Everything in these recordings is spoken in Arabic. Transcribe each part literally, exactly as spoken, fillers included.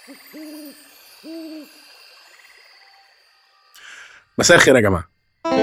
مساء الخير يا جماعة،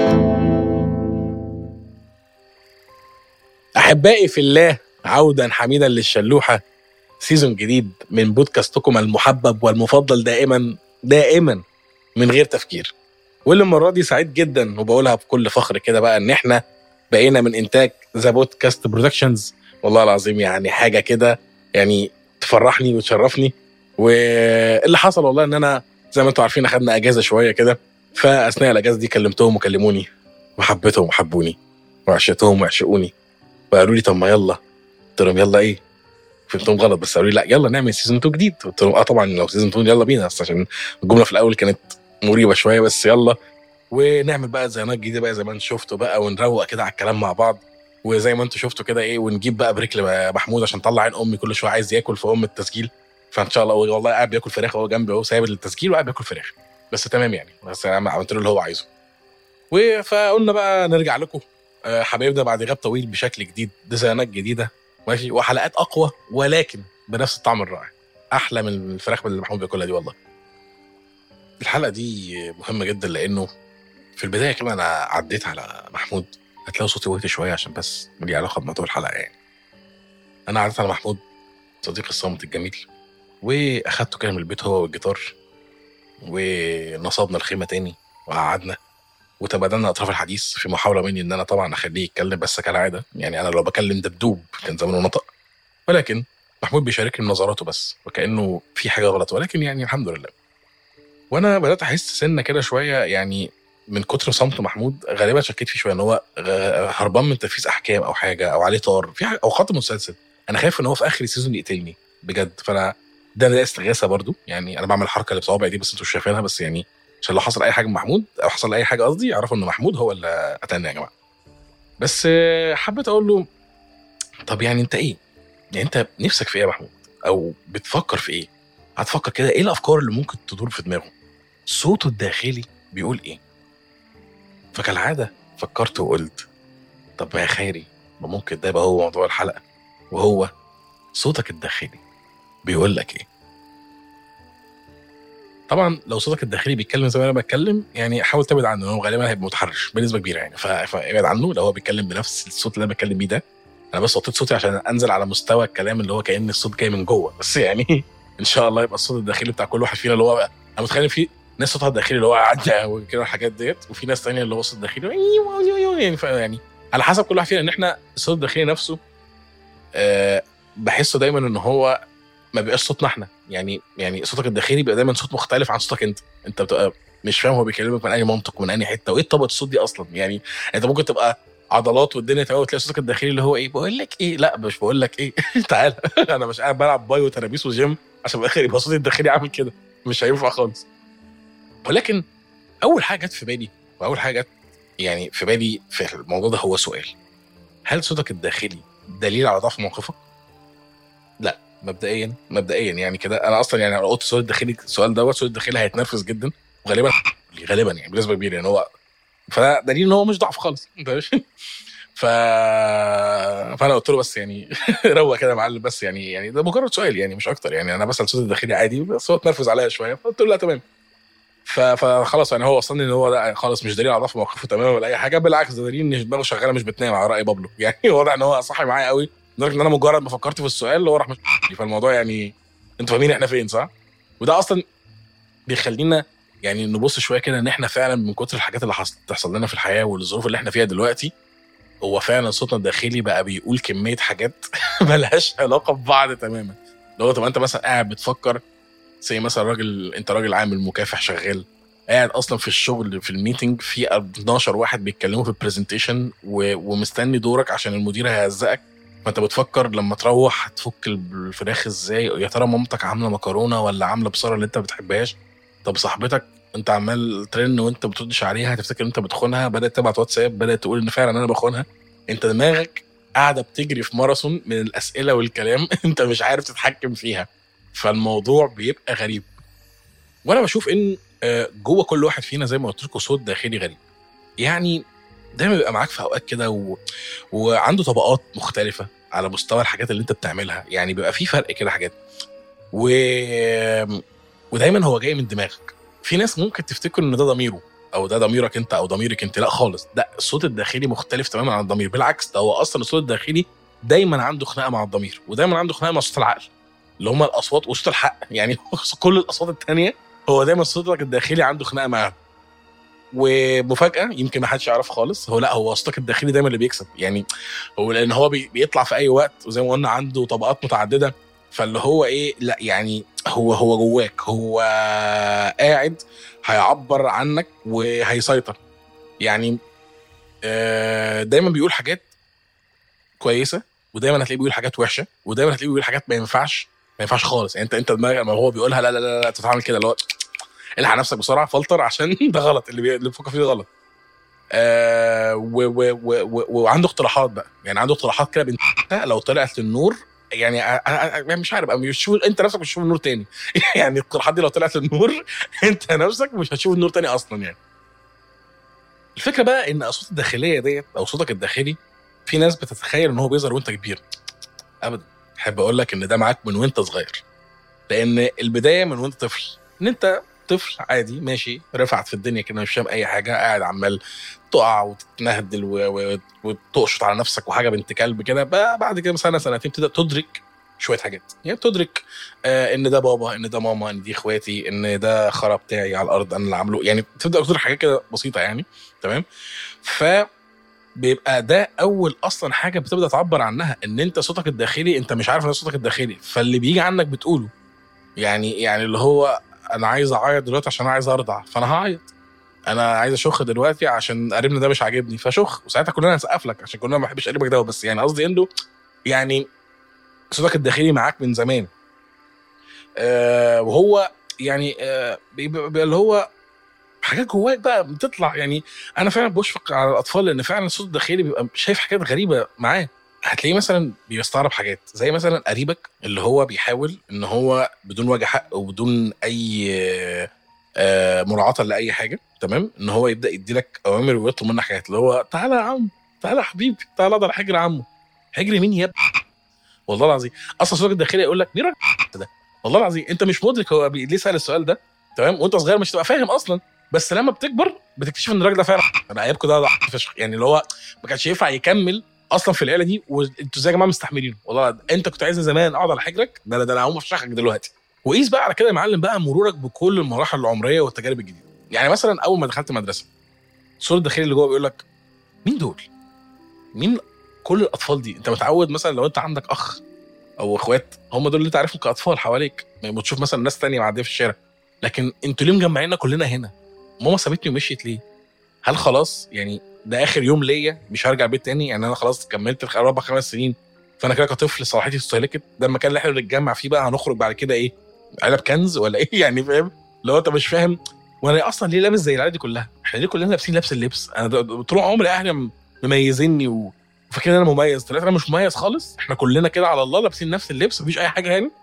أحبائي في الله، عودا حميدا للشلوحة. سيزون جديد من بودكاستكم المحبب والمفضل دائما دائما من غير تفكير. واللي المرة دي سعيد جدا وبقولها بكل فخر كده بقى ان احنا بقينا من انتاج ذا بودكاست برودكشنز. والله العظيم يعني حاجة كده يعني تفرحني وتشرفني. واللي حصل والله ان انا زي ما انتوا عارفين اخدنا اجازة شوية كده، فاثناء الاجازة دي كلمتهم وكلموني وحبيتهم وحبوني وعشقتهم وعشقوني وقالوا لي طب ما يلا. قلت لهم يلا ايه؟ فهمتهم غلط بس قالوا لي لا يلا نعمل سيزون اتنين جديد. قلت لهم اه طبعا لو سيزون اتنين يلا بينا، بس عشان الجمله في الاول كانت مريبه شويه، بس يلا ونعمل بقى زيانات جديده بقى زي ما انتم شفتوا بقى، ونروق كده على الكلام مع بعض. وزي ما انتم شفتوا كده ايه، ونجيب بقى بريك لمحمود عشان طلع عين امي كل شويه عايز ياكل في ام التسجيل. فان شاء الله والله قاعد بياكل فراخ وهو جنبي اهو سايب التسجيل وقاعد بياكل فراخ، بس تمام يعني، بس انا عملت له اللي هو عايزه. فقلنا بقى نرجع لكم حبايبنا بعد غياب طويل بشكل جديد، ديزاينات جديده ماشي وحلقات اقوى ولكن بنفس الطعم الرائع، احلى من الفراخ اللي محمود بياكلها دي. والله الحلقه دي مهمه جدا لانه في البدايه كده انا عديت على محمود، هتلاقوا صوتي وهتي شويه عشان بس لي علاقه بموضوع الحلقه. يعني انا عديت على محمود صديق الصامت الجميل، واخدته كده من البيت هو والجيتار، ونصبنا الخيمه تاني وقعدنا وتبادلنا اطراف الحديث في محاوله مني ان انا طبعا اخليه يتكلم، بس كالعاده يعني انا لو بكلم دبدوب كان زمانه نطق، ولكن محمود بيشاركني نظراته بس وكانه في حاجه غلط، ولكن يعني الحمد لله. وانا بدات احس سنه كده شويه يعني من كتر صمت محمود، غالبا شكيت فيه شويه ان هو هربان من تنفيذ احكام او حاجه او عليه طار في حاجه او خط مسلسل. انا خايف ان هو في اخر السيزون يقتلني بجد، فانا ده ده استغاثه برضو. يعني انا بعمل الحركه اللي بصوابعي دي بس انتوا مش شايفينها، بس يعني عشان لو حصل اي حاجه محمود او حصل اي حاجه قصدي يعرفوا ان محمود هو اللي قتلني يا جماعه. بس حبيت اقول له طب يعني انت ايه، يعني انت نفسك في ايه يا محمود او بتفكر في ايه؟ هتفكر كده ايه الافكار اللي ممكن تدور في دماغه، صوته الداخلي بيقول ايه؟ فكالعاده فكرت وقلت طب ما يا خيري ما ممكن ده يبقى هو موضوع الحلقه، وهو صوتك الداخلي بيقول لك ايه. طبعا لو صوتك الداخلي بيتكلم زي ما انا بتكلم يعني حاول تبعد عنه، هو غالبا هيبقى متحرش بنسبه كبيره يعني، فابعد عنه. لو هو بيتكلم بنفس الصوت اللي انا بتكلم بيه ده، انا بس وطيت صوتي عشان انزل على مستوى الكلام اللي هو كأن الصوت جاي من جوه بس يعني ان شاء الله يبقى الصوت الداخلي بتاع كل واحد فينا اللي هو انا متخيل في ناس صوتها الداخلي اللي هو عجة وكده الحاجات ديت، وفي ناس تانية اللي هو الصوت الداخلي يعني يعني على حسب كل واحد فينا. ان احنا الصوت الداخلي نفسه أه بحسه دايما ان هو ما بيبقاش صوتنا احنا، يعني يعني صوتك الداخلي بيبقى دايما صوت مختلف عن صوتك انت. انت بتبقى مش فاهم هو بيكلمك من اي منطق ومن اي حته وايه طبقه الصوت دي اصلا. يعني انت ممكن تبقى عضلات والدنيا تمام وتلاقي صوتك الداخلي اللي هو ايه بقول لك ايه، لا مش بقول لك ايه تعال انا مش قاعد بلعب باي وترابيس وجيم عشان بالاخر يبقى صوتي الداخلي عامل كده، مش هينفع خالص. ولكن اول حاجه جت في بالي واول حاجه جت يعني في بالي في الموضوع ده هو سؤال: هل صوتك الداخلي دليل على ضعف موقفك؟ لا مبدئيا مبدئيا يعني كده انا اصلا يعني لو قلت السؤال الداخلي السؤال دوت السؤال الداخلي هيتنرفز جدا وغالبا غالبا يعني بنسبه كبيره يعني هو فده دليل ان هو مش ضعف خالص ف فانا قلت له بس يعني روق كده يا معلم، بس يعني يعني ده مجرد سؤال يعني مش اكتر، يعني انا بس الصوت الداخلي عادي بس هو اتنرفز عليا شويه، فقلت له لا تمام. ف... فخلاص يعني هو وصلني ان هو ده خلاص مش دليل على ضعف موقفه تماما ولا اي حاجه، بالعكس ده دليل ان دماغه شغاله مش بتنام على راي بابلو يعني واضح ان هو صاحي معايا قوي لدرجه ان انا مجرد ما فكرت في السؤال اللي هو راح مش فالموضوع يعني انتوا فاهمين احنا فين صح؟ وده اصلا بيخلينا يعني نبص شويه كده ان احنا فعلا من كتر الحاجات اللي بتحصل لنا في الحياه والظروف اللي احنا فيها دلوقتي هو فعلا صوتنا الداخلي بقى بيقول كميه حاجات ملهاش علاقه ببعض تماما. لو طب انت مثلا قاعد بتفكر زي مثلا راجل انت راجل عامل مكافح شغال قاعد اصلا في الشغل في الميتنج في اتناشر واحد بيتكلموا في البرزنتيشن ومستني دورك عشان المدير هيهزقك، فانت بتفكر لما تروح هتفك الفراخ ازاي، يا ترى مامتك عامله مكرونه ولا عامله بصاره اللي انت بتحبهاش، طب صاحبتك انت عمال ترن وانت بتردش عليها هتفتكر انت بتخونها، بدات تبعت واتساب بدات تقول ان فعلا انا بخونها. انت دماغك قاعده بتجري في ماراثون من الاسئله والكلام انت مش عارف تتحكم فيها، فالموضوع بيبقى غريب. وانا بشوف ان جوه كل واحد فينا زي ما قلت لكم صوت داخلي غريب، يعني دايما بيبقى معاك في اوقات كده و... وعنده طبقات مختلفه على مستوى الحاجات اللي انت بتعملها، يعني بيبقى في فرق كده حاجات و ودايما هو جاي من دماغك. في ناس ممكن تفتكر ان ده ضميره او ده ضميرك انت او ضميرك انت، لا خالص، ده الصوت الداخلي مختلف تماما عن الضمير. بالعكس، ده هو اصلا الصوت الداخلي دايما عنده خناقه مع الضمير، ودايما عنده خناقه مع صوت العقل اللي هم الاصوات وصوت الحق. يعني كل الاصوات التانية هو دايما صوتك الداخلي عنده خناقه معاها. ومفاجاه يمكن ما حدش يعرف خالص، هو لا، هو صوتك الداخلي دايما اللي بيكسب. يعني هو لان هو بي بيطلع في اي وقت، وزي ما قلنا عنده طبقات متعدده، فاللي هو ايه، لا يعني هو هو جواك، هو قاعد هيعبر عنك وهيسيطر. يعني آه، دايما بيقول حاجات كويسه، ودايما هتلاقيه بيقول حاجات وحشه، ودايما هتلاقيه بيقول حاجات ما ينفعش ما ينفعش خالص. يعني انت انت دماغك لما هو بيقولها لا لا لا لا تتعامل كده، اللي هو الحق نفسك بسرعه، فلتر، عشان ده غلط، اللي بي... اللي بيفكر فيه ده غلط. آه و... و... و... و... وعنده اقتراحات بقى. يعني عنده اقتراحات كده بنت لو طلعت للنور، يعني أ... أ... أ... مش عارف، مش شوف انت نفسك مش هتشوف النور تاني. يعني الاقتراحات دي لو طلعت للنور انت نفسك مش هتشوف النور تاني اصلا. يعني الفكره بقى ان اصوات الداخليه ديت او صوتك الداخلي، في ناس بتتخيل ان هو بيظهر وانت كبير. ابدا. احب اقول لك ان ده معاك من وانت صغير، لان البدايه من وانت طفل. ان انت طفل عادي ماشي رفعت في الدنيا كده، مش فاهم اي حاجه، قاعد عمال تقع وتتنهدل وتقشط على نفسك وحاجه بنت كلب كده. بعد كده سنه سنتين تبدا تدرك شويه حاجات. يعني تدرك آه ان ده بابا، ان ده ماما، ان دي اخواتي، ان ده خرا بتاعي على الارض انا اللي عامله. يعني تبدا تدرك حاجات كده بسيطه يعني. تمام. ف بيبقى ده اول اصلا حاجه بتبدا تعبر عنها، ان انت صوتك الداخلي انت مش عارف ان صوتك الداخلي، فاللي بيجي عنك بتقوله. يعني يعني اللي هو انا عايز اعيط دلوقتي عشان عايز ارضع، فانا هعيط. انا عايز اشخ دلوقتي عشان قريبنا ده مش عاجبني، فشخ. وساعتها كلنا هنسقف لك عشان كلنا ما بحبش قريبك ده، بس يعني قصدي انه يعني صوتك الداخلي معاك من زمان. آه وهو يعني آه بيبقى اللي هو حاجات جواك بقى بتطلع. يعني انا فعلا بشفق على الاطفال، لان فعلا الصوت الداخلي بيبقى شايف حاجات غريبه معاه. هتلاقيه مثلا بيستغرب حاجات زي مثلا قريبك اللي هو بيحاول ان هو بدون وجه حق وبدون اي آه، مراعاه لاي حاجه، تمام، ان هو يبدا يديلك اوامر ويطلب منك حاجات، اللي هو تعالى يا عم، تعالى يا حبيبي، تعالى اقدر احجر عمه. هجري مين يا ب... والله العظيم اصلا صوتك الداخلي يقول لك مين ده. والله العظيم انت مش مدرك هو ليه سال السؤال ده، تمام، وانت صغير مش تبقى فاهم اصلا. بس لما بتكبر بتكتشف ان الراجل ده فعلا انا ايامكم ده فشخ. يعني اللي هو ما كانش ينفع يكمل اصلا في العيله دي، وانتوا ازاي يا جماعه مستحملينه؟ والله انت كنت عايزني زمان اقعد على حجرك، ده ده انا هقوم افشخك دلوقتي. وقيس بقى على كده يا معلم بقى مرورك بكل المراحل العمريه والتجارب الجديده. يعني مثلا اول ما دخلت مدرسه، الصوت الداخلي اللي جوه بيقول لك مين دول؟ مين كل الاطفال دي؟ انت متعود مثلا لو انت عندك اخ او اخوات، هم دول اللي تعرفهم كاطفال حواليك، ما بتشوف مثلا ناس تانية معديه في الشارع. لكن انتوا ليه مجمعيننا كلنا هنا؟ ماما سابتني ومشيت ليه؟ هل خلاص يعني ده اخر يوم ليا مش هرجع البيت تاني؟ يعني انا خلاص كملت اربع خمس سنين، فانا كده كطفل صلاحيتي استهلكت. ده المكان اللي احنا بنتجمع فيه بقى، هنخرج بعد كده ايه؟ علب كنز ولا ايه؟ يعني فاهم؟ لو انت مش فاهم وانا اصلا ليه لابس زي العيال دي كلها؟ احنا ليه كلنا لابسين نفس اللبس؟ انا طول عمري اهلي مميزيني وفاكرين انا مميز، طلعت انا مش مميز خالص. احنا كلنا كده على الله لابسين نفس اللبس، مفيش اي حاجه يعني.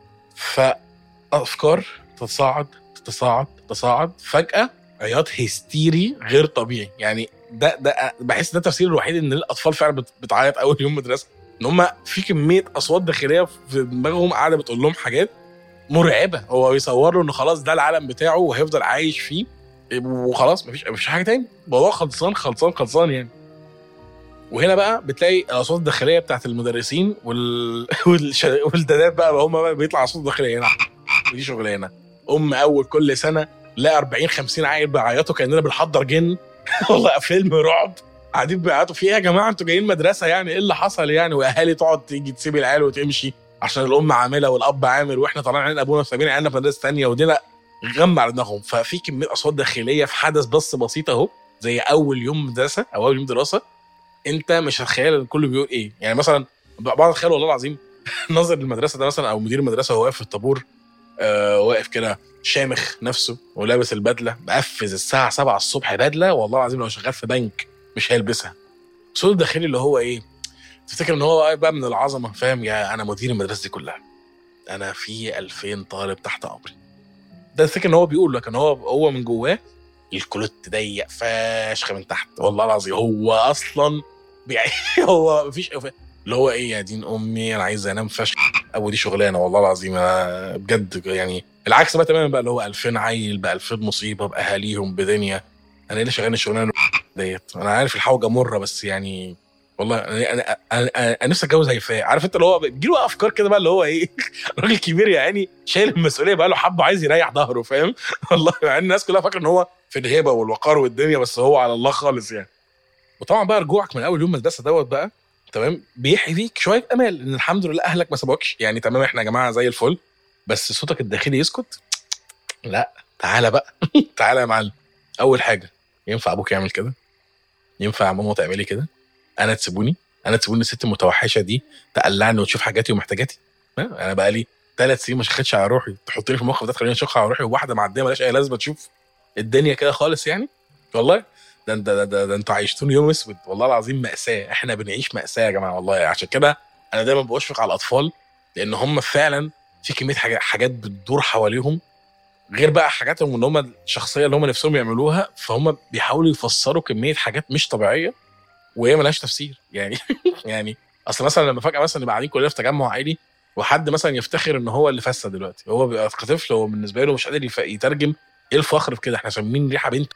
فافكار تتصاعد تتصاعد تتصاعد، فجاه عياط هستيري غير طبيعي. يعني ده ده بحس ده التفسير الوحيد ان الاطفال فعلا بتعيط اول يوم مدرسه، ان هم في كميه اصوات داخليه في دماغهم قاعده بتقول لهم حاجات مرعبه. هو بيصوروا انه خلاص ده العالم بتاعه وهيفضل عايش فيه وخلاص، مفيش مفيش حاجه تاني، الموضوع خلصان خلصان خلصان يعني. وهنا بقى بتلاقي الاصوات الداخليه بتاعت المدرسين وال... والش... والدادات بقى هم بقى بيطلع اصوات داخليه هنا. ودي شغلانه ام اول كل سنه لا أربعين خمسين عيل بيعيطوا كاننا بنحضر جن. والله فيلم رعب، قاعدين بيعيطوا فيه يا جماعه انتوا جايين مدرسه يعني ايه اللي حصل يعني؟ واهالي تقعد تيجي تسيب العيال وتمشي عشان الام عامله والاب عامل، واحنا طالعين عين ابونا سايبين عيالنا في مدرسه ثانيه، ودينا غمى على دماغهم. ففي كميه اصوات داخليه في حدث بس بسيط اهو زي اول يوم مدرسه او اول يوم دراسه. انت مش هتخيل ان كله بيقول ايه. يعني مثلا بعض الخيال والله العظيم نظر المدرسه ده مثلا او مدير المدرسه وهو واقف في الطابور، آه واقف كده شامخ نفسه ولابس البدله، مقفز الساعه سبعة الصبح بدله، والله العظيم لو شغال في بنك مش هيلبسها. الصوت الداخلي اللي هو ايه؟ تفتكر ان هو بقى من العظمه، فاهم؟ يا انا مدير المدرسه دي كلها، انا في ألفين طالب تحت امري. ده تفتكر ان هو بيقول، لكن هو هو من جواه الكلوت ضيق فشخ من تحت. والله العظيم هو اصلا بيع... هو مفيش اللي هو ايه يا دين امي انا عايز انام فشخ ابو دي شغلانه والله العظيم أنا بجد يعني. العكس بقى تماما بقى، اللي هو ألفين عيل بقى ألفين مصيبه باهاليهم بدنيا. انا ايه اللي شغال الشغلانه ديت؟ انا عارف الحوجه مره بس يعني والله انا انا انا, أنا, أنا نفسي اتجوز هيفاء. عارف انت اللي هو بيجيله افكار كده بقى اللي هو ايه راجل كبير يا عيني شايل المسؤوليه بقى له حبه عايز يريح ظهره فاهم والله يعني الناس كلها فاكره ان هو في الهبه والوقار والدنيا بس هو على الله خالص يعني. وطبعا بقى رجوعك من اول يوم مدرسه دوت بقى تمام بيحيي فيك شويه امال ان الحمد لله اهلك ما سابوكش يعني تمام احنا يا جماعه زي الفل. بس صوتك الداخلي يسكت. لا تعالى بقى تعالى يا معلم. اول حاجه ينفع ابوك يعمل كده؟ ينفع ماما تعملي كده؟ انا تسيبوني انا تسيبوني الست المتوحشه دي تقلعني وتشوف حاجاتي ومحتاجاتي؟ انا بقى لي ثلاث سنين ما شخدش على روحي تحطني في الموقف ده تخليني اشخ على روحي وواحده معديه مالهاش اي لازمه تشوف الدنيا كده خالص يعني والله. ده ده ده, ده, ده انتوا عايشتوني يوم اسود والله العظيم مأساة. احنا بنعيش مأساة يا جماعه والله. عشان كده انا دايما بشفق على الاطفال لان هم فعلا في كميه حاجات حاجات بتدور حواليهم غير بقى حاجاتهم ان هم الشخصيه اللي هم نفسهم يعملوها فهم بيحاولوا يفسروا كميه حاجات مش طبيعيه وهي ملهاش تفسير يعني يعني اصل مثلا لما فجاه مثلا نبقى قاعدين كلنا في تجمع عائلي وحد مثلا يفتخر ان هو اللي فسد دلوقتي هو بيبقى طفل هو بالنسبه له مش قادر يترجم ايه الفخر في كده احنا سامين ريحه بنت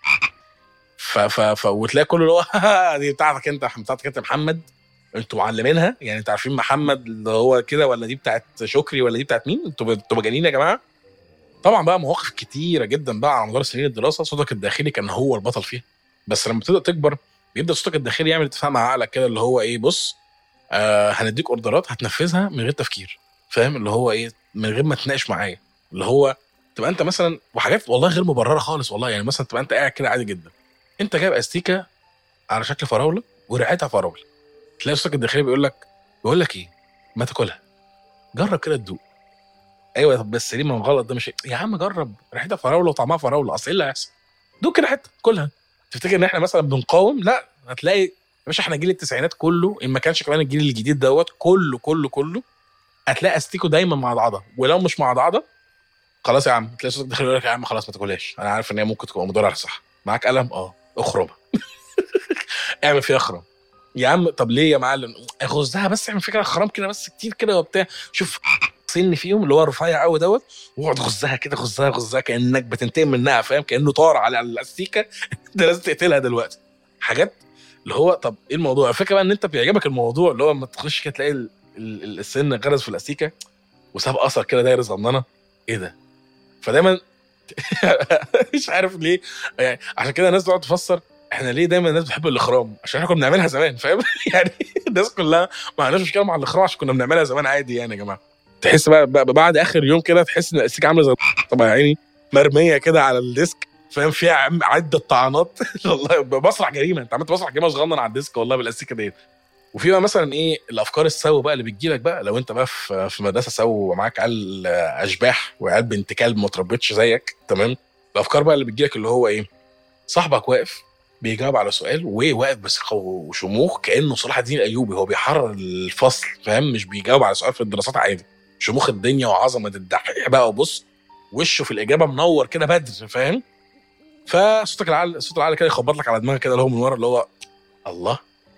ف ف ف وتلاقي كله اللي هو دي بتاعتك انت بتاعتك انت محمد انتوا معلمينها يعني انتوا عارفين محمد اللي هو كده ولا دي بتاعت شكري ولا دي بتاعت مين انتوا انتوا مجانين يا جماعه. طبعا بقى مواقف كتيره جدا بقى على مدار سنين الدراسه صوتك الداخلي كان هو البطل فيها. بس لما تبدا تكبر بيبدا صوتك الداخلي يعمل اتفاق مع عقلك كده اللي هو ايه بص آه هنديك اوردرات هتنفذها من غير تفكير فاهم اللي هو ايه من غير ما تناقش معايا اللي هو تبقى انت مثلا وحاجات والله غير مبرره خالص والله يعني مثلا تبقى انت قاعد كده عادي جدا انت جايب استيكه على شكل فراوله وريحتها فراوله تلاقي صوتك الداخلي بيقول لك بيقول لك ايه ما تاكلها جرب كده تدوق. ايوه طب بس ليه ما غلط ده مش يا عم جرب ريحتها فراوله وطعمها فراوله اصل ايه اللي هيحصل دوق كده حته كلها. تفتكر ان احنا مثلا بنقاوم؟ لا هتلاقي مش احنا جيل التسعينات كله ان ما كانش كمان الجيل الجديد دوت كله كله كله هتلاقي استيكو دايما مع عضعضه ولو مش مع عضعضه خلاص يا عم تلاقي صوتك داخل يقول لك يا عم خلاص ما تاكلهاش انا عارف ان هي ممكن تبقى مضره على الصحه معاك قلم اه اخرمها اعمل فيها خرم يا عم. طب ليه يا معلم غزها بس اعمل فكره خرام كده بس كتير كده وبتاع شوف سن فيهم اللي هو رفيع قوي دوت واقعد غزها كده غزها غزها كانك بتنتقم منها فاهم كانه طار على الاستيكه ده لازم تقتلها دلوقتي. حاجات اللي هو طب ايه الموضوع الفكره بقى ان انت بيعجبك الموضوع اللي هو لما تخش كده تلاقي ال- ال- السن غرز في الاستيكه وساب اثر كده داير صغننه ايه ده. فدايما مش عارف ليه يعني عشان كده الناس بتقعد تفسر احنا ليه دايما الناس بتحب الاخرام عشان احنا كنا بنعملها زمان فاهم يعني الناس كلها ما عندناش مشكله مع الاخرام عشان كنا بنعملها زمان عادي يعني يا جماعه. تحس بقى, بقى بعد اخر يوم كده تحس ان الاستيكه عامله زي طبعا يعني مرميه كده على الديسك فاهم فيها عم- عده طعنات والله بسرع جريمه انت عملت بسرع جريمه صغنن على الديسك والله بالاستيكه ديت. وفي بقى مثلا ايه الافكار السو بقى اللي بتجيلك بقى لو انت بقى في في مدرسه سو ومعاك عيال آه، اشباح وعيال بنت كلب ما تربتش زيك تمام. الافكار بقى اللي بتجيلك اللي هو ايه صاحبك واقف بيجاوب على سؤال وواقف بثقه وشموخ كانه صلاح الدين الايوبي هو بيحرر الفصل فاهم مش بيجاوب على سؤال في الدراسات عادي شموخ الدنيا وعظمه الدحيح بقى وبص وشه في الاجابه منور كده بدر فاهم. فصوتك العال صوت العال كده يخبط لك على دماغك كده اللي هو من ورا اللي هو الله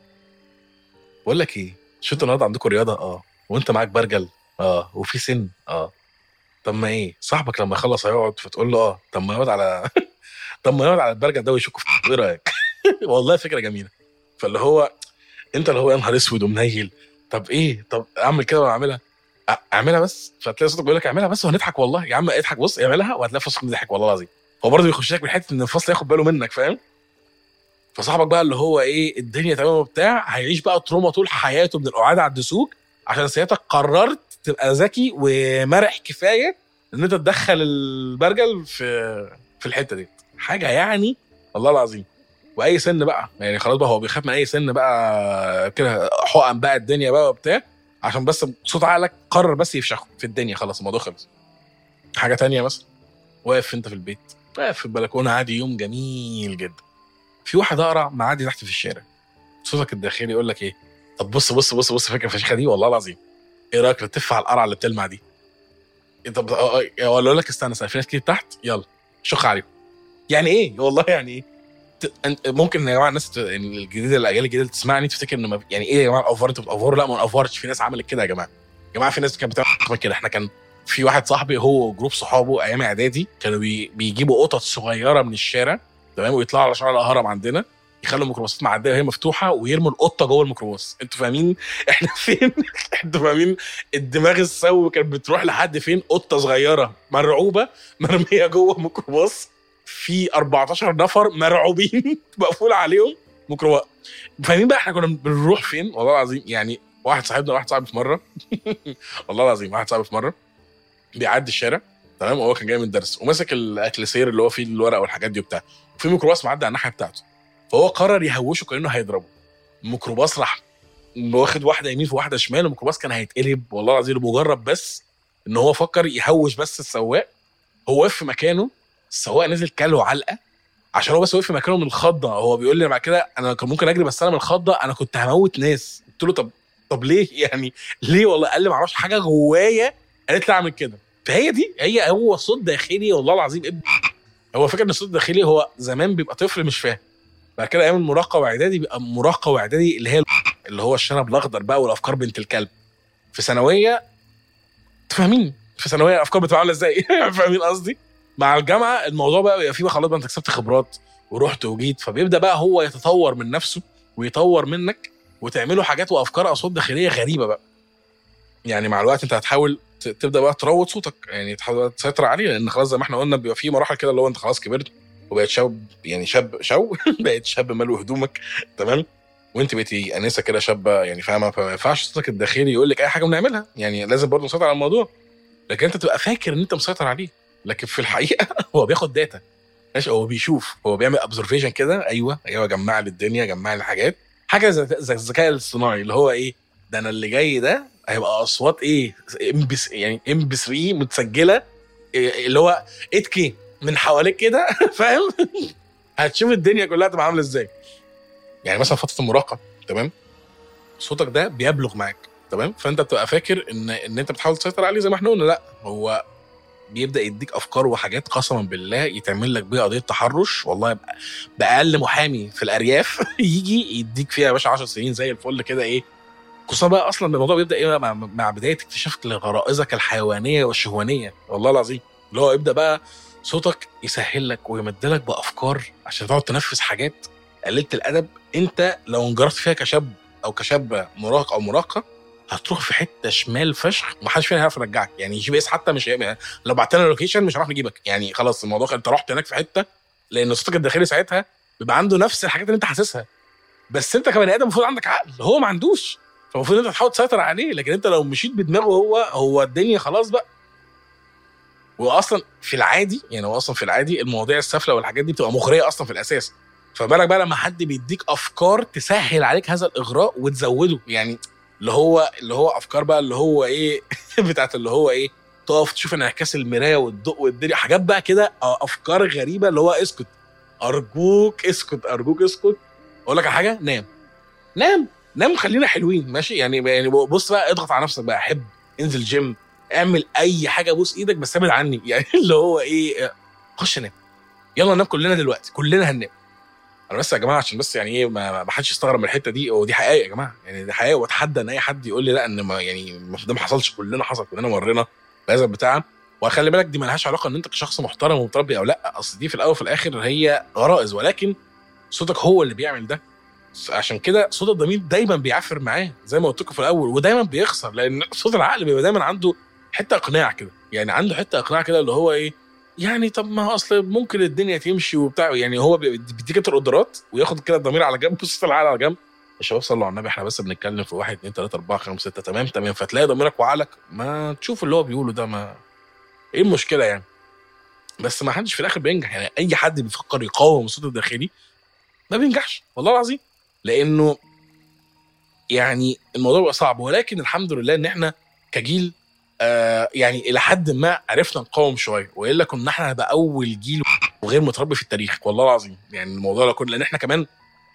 بقول لك ايه شو انتوا النهارده عندكم رياضه اه وانت معاك برجل اه وفي سن اه طب ما ايه صاحبك لما يخلص هيقعد فتقول له اه طب ما يقعد على طب ما يقعد على البرجل ده ويشك في ايه رايك والله فكره جميله. فاللي هو انت اللي هو يا نهار اسود ومنيل طب ايه طب اعمل كده ولا اعملها أ- اعملها بس فتلاقي صوتك بيقول لك اعملها بس وهنضحك والله يا عم اضحك بص اعملها وهتلاقي فصلك بيضحك والله العظيم. هو برضه بيخش لك من حته ان الفصل ياخد باله منك فاهم. فصاحبك بقى اللي هو ايه الدنيا تمام وبتاع هيعيش بقى تروما طول حياته من القعاد على الدسوق عشان سيادتك قررت تبقى ذكي ومرح كفايه ان انت تدخل البرجل في في الحته دي حاجه يعني والله العظيم. واي سن بقى يعني خلاص بقى هو بيخاف من اي سن بقى كده حقن بقى الدنيا بقى وبتاع عشان بس صوت عقلك قرر بس يفشخه في الدنيا خلاص الموضوع خلص. حاجه تانية مثلا واقف انت في البيت واقف في البلكونه عادي يوم جميل جدا في واحد اقرع معدي تحت في الشارع صوتك الداخلي يقول لك ايه طب بص بص بص بص فكره الفشخه دي والله العظيم ايه رايك تتف على القرع اللي بتلمع دي إيه طب آه، آه، ولا اقول لك استنى استنى في ناس كتير تحت يلا شخ عليهم يعني ايه والله يعني ايه ت- أنت- ممكن يا جماعه الناس ت- الجديده الاجيال الجديده اللي تسمعني تفتكر ان ما- يعني ايه يا جماعه الاوفر انتوا بتأوفروا لا ما نأوفرش في ناس عملت كده يا جماعه جماعه في ناس كانت بتعمل كده. احنا كان في واحد صاحبي هو وجروب صحابه ايام اعدادي كانوا بي... بيجيبوا قطط صغيره من الشارع تمام، ويطلعوا على شارع الهرم عندنا، يخلوا الميكروباصات معديه وهي مفتوحه ويرموا القطه جوه الميكروباص. انتوا فاهمين احنا فين؟ انتوا فاهمين الدماغ السو كانت بتروح لحد فين؟ قطه صغيره مرعوبه مرميه جوه ميكروباص في أربعتاشر نفر مرعوبين مقفول عليهم ميكروباص. فاهمين بقى احنا كنا بنروح فين؟ والله العظيم يعني واحد صاحبنا واحد صاحبي في مره والله العظيم واحد صاحبي في مره بيعدي الشارع تمام، وهو كان جاي من الدرس وماسك الاكليسير اللي هو فيه الورق والحاجات دي وبتاع، وفي ميكروباص معدي على الناحيه بتاعته، فهو قرر يهوشه كانه هيضربه. الميكروباص راح واخد واحده يمين في واحده شمال، الميكروباص كان هيتقلب والله العظيم مجرد بس ان هو فكر يهوش بس السواق. هو وقف في مكانه، السواق نزل كله علقه عشان هو بس وقف في مكانه من الخضه. هو بيقول لي بعد كده انا كان ممكن اجري بس انا من الخضه انا كنت هموت ناس. قلت له طب طب ليه يعني ليه؟ والله قال لي ما اعرفش حاجه جوايا قالت لي اعمل كده. فهي دي هي هو صوت داخلي والله العظيم ابن. هو فكر ان الصوت الداخلي هو زمان بيبقى طفل مش فاهم، بعد كده ايام المراهقه واعدادي بيبقى مراهقه واعدادي اللي هي اللي هو الشنب الاخضر بقى والافكار بنت الكلب. في ثانويه تفهمين في ثانويه الافكار بتبقى عامله ازاي فاهمين قصدي؟ مع الجامعه الموضوع بقى بيبقى فيه خلاص بقى انت كسبت خبرات ورحت وجيت، فبيبدا بقى هو يتطور من نفسه ويطور منك وتعملوا حاجات وافكار اصوات داخليه غريبه بقى. يعني مع الوقت انت هتحاول تبدا بقى تروض صوتك، يعني تحاول تسيطر عليه، لان خلاص زي ما احنا قلنا بيبقى في مراحل كده اللي هو انت خلاص كبرت وبقيت شاب، يعني شاب شو بقيت شاب مالو هدومك تمام، وانت بقيتي انسه كده شابه يعني فاهمه، فما ينفعش صوتك الداخلي يقول لك اي حاجه بنعملها، يعني لازم برضه نسيطر على الموضوع. لكن انت تبقى فاكر ان انت مسيطر عليه، لكن في الحقيقه هو بياخد داتا ماشي، هو بيشوف، هو بيعمل ابزرفيشن كده. ايوه ايوه جمع لي الدنيا، جمع لي الحاجات، حاجه زي الذكاء الاصطناعي اللي هو ايه ده، انا اللي جاي ده هيبقى اصوات ايه ام بي يعني ام بي ثلاثة متسجله إيه اللي هو ثمانية كيه من حواليك كده فاهم؟ هتشوف الدنيا كلها تبقى عامله ازاي. يعني مثلا فتره المراهقه تمام، صوتك ده بيبلغ معاك تمام، فانت بتبقى فاكر ان ان انت بتحاول تسيطر عليه زي ما احنا قلنا، لا هو بيبدا يديك افكار وحاجات قسما بالله يتعمل لك بيها قضيه تحرش. والله باقل محامي في الارياف يجي يديك فيها يا باشا عشر سنين زي الفل كده ايه. خصوصا بقى اصلا الموضوع بيبدا ايه مع, مع بدايه اكتشافك لغرائزك الحيوانيه والشهوانيه والله العظيم، اللي هو يبدا بقى صوتك يسهل لك ويمد لك بافكار عشان تقعد تنفذ حاجات قليله الادب انت لو انجرفت فيها كشاب او كشاب مراهق او مراهقه هتروح في حته شمال فشخ ومحدش فينا هيعرف يرجعك. يعني جي بي اس حتى مش يعني لو بعت لنا اللوكيشن مش هنعرف نجيبك، يعني خلاص الموضوع انت رحت هناك في حته، لان صوتك الداخلي ساعتها بيبقى عنده نفس الحاجات اللي انت حاسسها، بس انت كبني ادم المفروض عندك عقل هو ما عندوش، فالمفروض انت تحاول تسيطر عليه. لكن انت لو مشيت بدماغه هو هو الدنيا خلاص بقى. واصلا في العادي يعني هو اصلا في العادي المواضيع السافله والحاجات دي بتبقى مغريه اصلا في الاساس، فبالك بقى لما حد بيديك افكار تسهل عليك هذا الاغراء وتزوده، يعني اللي هو اللي هو افكار بقى اللي هو ايه بتاعت اللي هو ايه تقف تشوف انعكاس المرايه والضوء والدنيا حاجات بقى كده افكار غريبه اللي هو اسكت ارجوك اسكت ارجوك اسكت. اقول لك على حاجه، نام نام نام خلينا حلوين ماشي، يعني يعني بص بقى اضغط على نفسك بقى، حب انزل جيم اعمل اي حاجه بوس ايدك بس ابعد عني يعني اللي هو ايه خش نام يلا ننام كلنا دلوقتي كلنا هننام. انا بس يا جماعه عشان بس يعني ايه ما حدش يستغرب من الحته دي، ودي حقيقه يا جماعه يعني دي حقيقه، واتحدى ان اي حد يقول لي لا ان ما يعني ده ما حصلش، كلنا حصل كلنا مرينا بهذا بتاع. وخلي بالك دي مالهاش علاقه ان انت كشخص محترم ومتربي او لا، اصل دي في الاول وفي الاخر هي غرائز، ولكن صوتك هو اللي بيعمل ده. عشان كده صوت الضمير دايما بيعفر معاه زي ما قلت لكم في الاول، ودايما بيخسر لان صوت العقل بيبقى دايما عنده حته اقناع كده، يعني عنده حته اقناع كده اللي هو ايه يعني طب ما اصل ممكن الدنيا تمشي وبتاع، يعني هو بيديك انت القدرات وياخد كده الضمير على جنب وصوت العقل على جنب. الشباب صلوا على النبي احنا بس بنتكلم في واحد اتنين تلاته اربعه خمسه سته تمام تمام، فتلاقي ضميرك وعقلك ما تشوف اللي هو بيقوله ده، ما ايه المشكله يعني. بس ما حدش في الاخر بينجح، يعني اي حد بيفكر يقاوم الصوت الداخلي ما بينجحش والله العظيم، لانه يعني الموضوع بقى صعب. ولكن الحمد لله ان احنا كجيل آه يعني الى حد ما عرفنا نقاوم شويه، والا كنا احنا هنبقى اول جيل وغير متربي في التاريخ والله العظيم. يعني الموضوع ده كله لان احنا كمان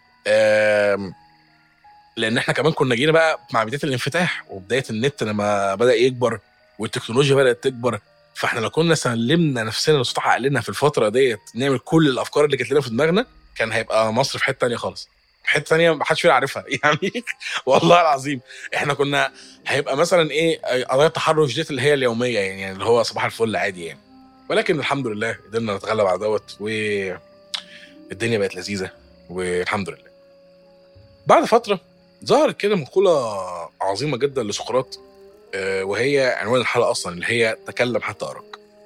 آه لان احنا كمان كنا جينا بقى مع بدايه الانفتاح وبدايه النت لما بدا يكبر والتكنولوجيا بدات تكبر، فاحنا لو كنا سلمنا نفسنا لصوت عقلنا في الفتره ديت نعمل كل الافكار اللي كانت لنا في دماغنا كان هيبقى مصر في حته ثانيه خالص، في حته ثانيه ما حدش فينا عارفها يعني والله العظيم احنا كنا هيبقى مثلا ايه قضايا التحرش ديت اللي هي اليوميه يعني, يعني اللي هو صباح الفل عادي يعني, ولكن الحمد لله قدرنا نتغلب على دوت والدنيا بقت لذيذه والحمد لله. بعد فتره ظهرت كده مقوله عظيمه جدا لسقراط, وهي عنوان الحلقه اصلا اللي هي تكلم حتى اراك,